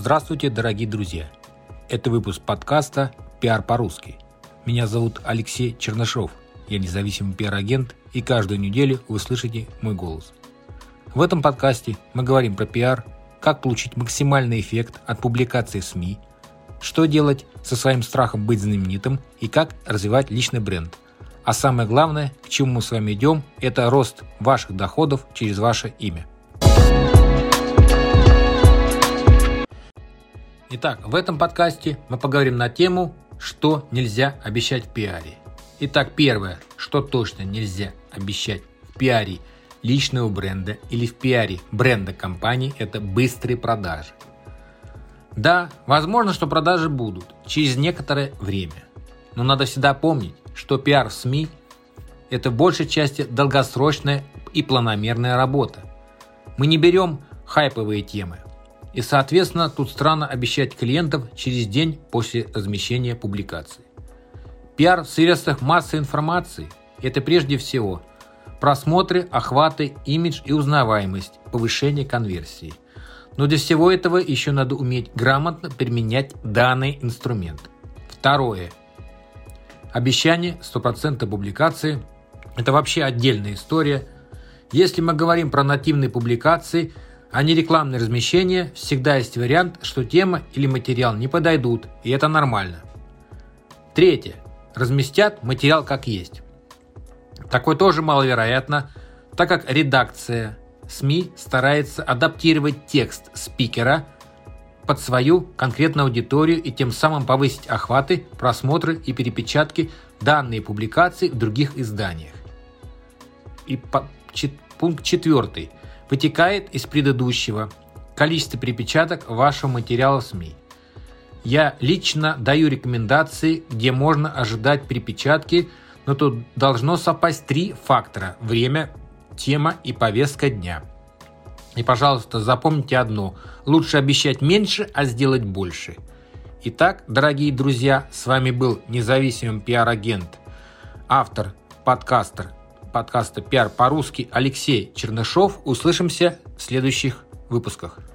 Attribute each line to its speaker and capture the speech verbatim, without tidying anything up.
Speaker 1: Здравствуйте, дорогие друзья! Это выпуск подкаста «Пиар по-русски». Меня зовут Алексей Чернышов. Я независимый пиар-агент, и каждую неделю вы слышите мой голос. В этом подкасте мы говорим про пиар, как получить максимальный эффект от публикации в СМИ, что делать со своим страхом быть знаменитым и как развивать личный бренд. А самое главное, к чему мы с вами идем, это рост ваших доходов через ваше имя. Итак, в этом подкасте мы поговорим на тему, что нельзя обещать в пиаре. Итак, первое, что точно нельзя обещать в пиаре личного бренда или в пиаре бренда компании, это быстрые продажи. Да, возможно, что продажи будут через некоторое время, но надо всегда помнить, что пиар в СМИ – это в большей части долгосрочная и планомерная работа. Мы не берем хайповые темы. И, соответственно, тут странно обещать клиентов через день после размещения публикации. Пиар в средствах массовой информации – это прежде всего просмотры, охваты, имидж и узнаваемость, повышение конверсии. Но для всего этого еще надо уметь грамотно применять данный инструмент. Второе. Обещание сто процентов публикации – это вообще отдельная история. Если мы говорим про нативные публикации – а не рекламное размещение, всегда есть вариант, что тема или материал не подойдут, и это нормально. Третье. Разместят материал как есть. Такое тоже маловероятно, так как редакция СМИ старается адаптировать текст спикера под свою конкретную аудиторию и тем самым повысить охваты, просмотры и перепечатки данной публикации в других изданиях. И по, чет, пункт четвертый. Вытекает из предыдущего количество перепечаток вашего материала в СМИ. Я лично даю рекомендации, где можно ожидать перепечатки, но тут должно совпасть три фактора – время, тема и повестка дня. И, пожалуйста, запомните одно – лучше обещать меньше, а сделать больше. Итак, дорогие друзья, с вами был независимый пиар-агент, автор, подкастер, подкаста «Пиар по-русски» Алексей Чернышов. Услышимся в следующих выпусках.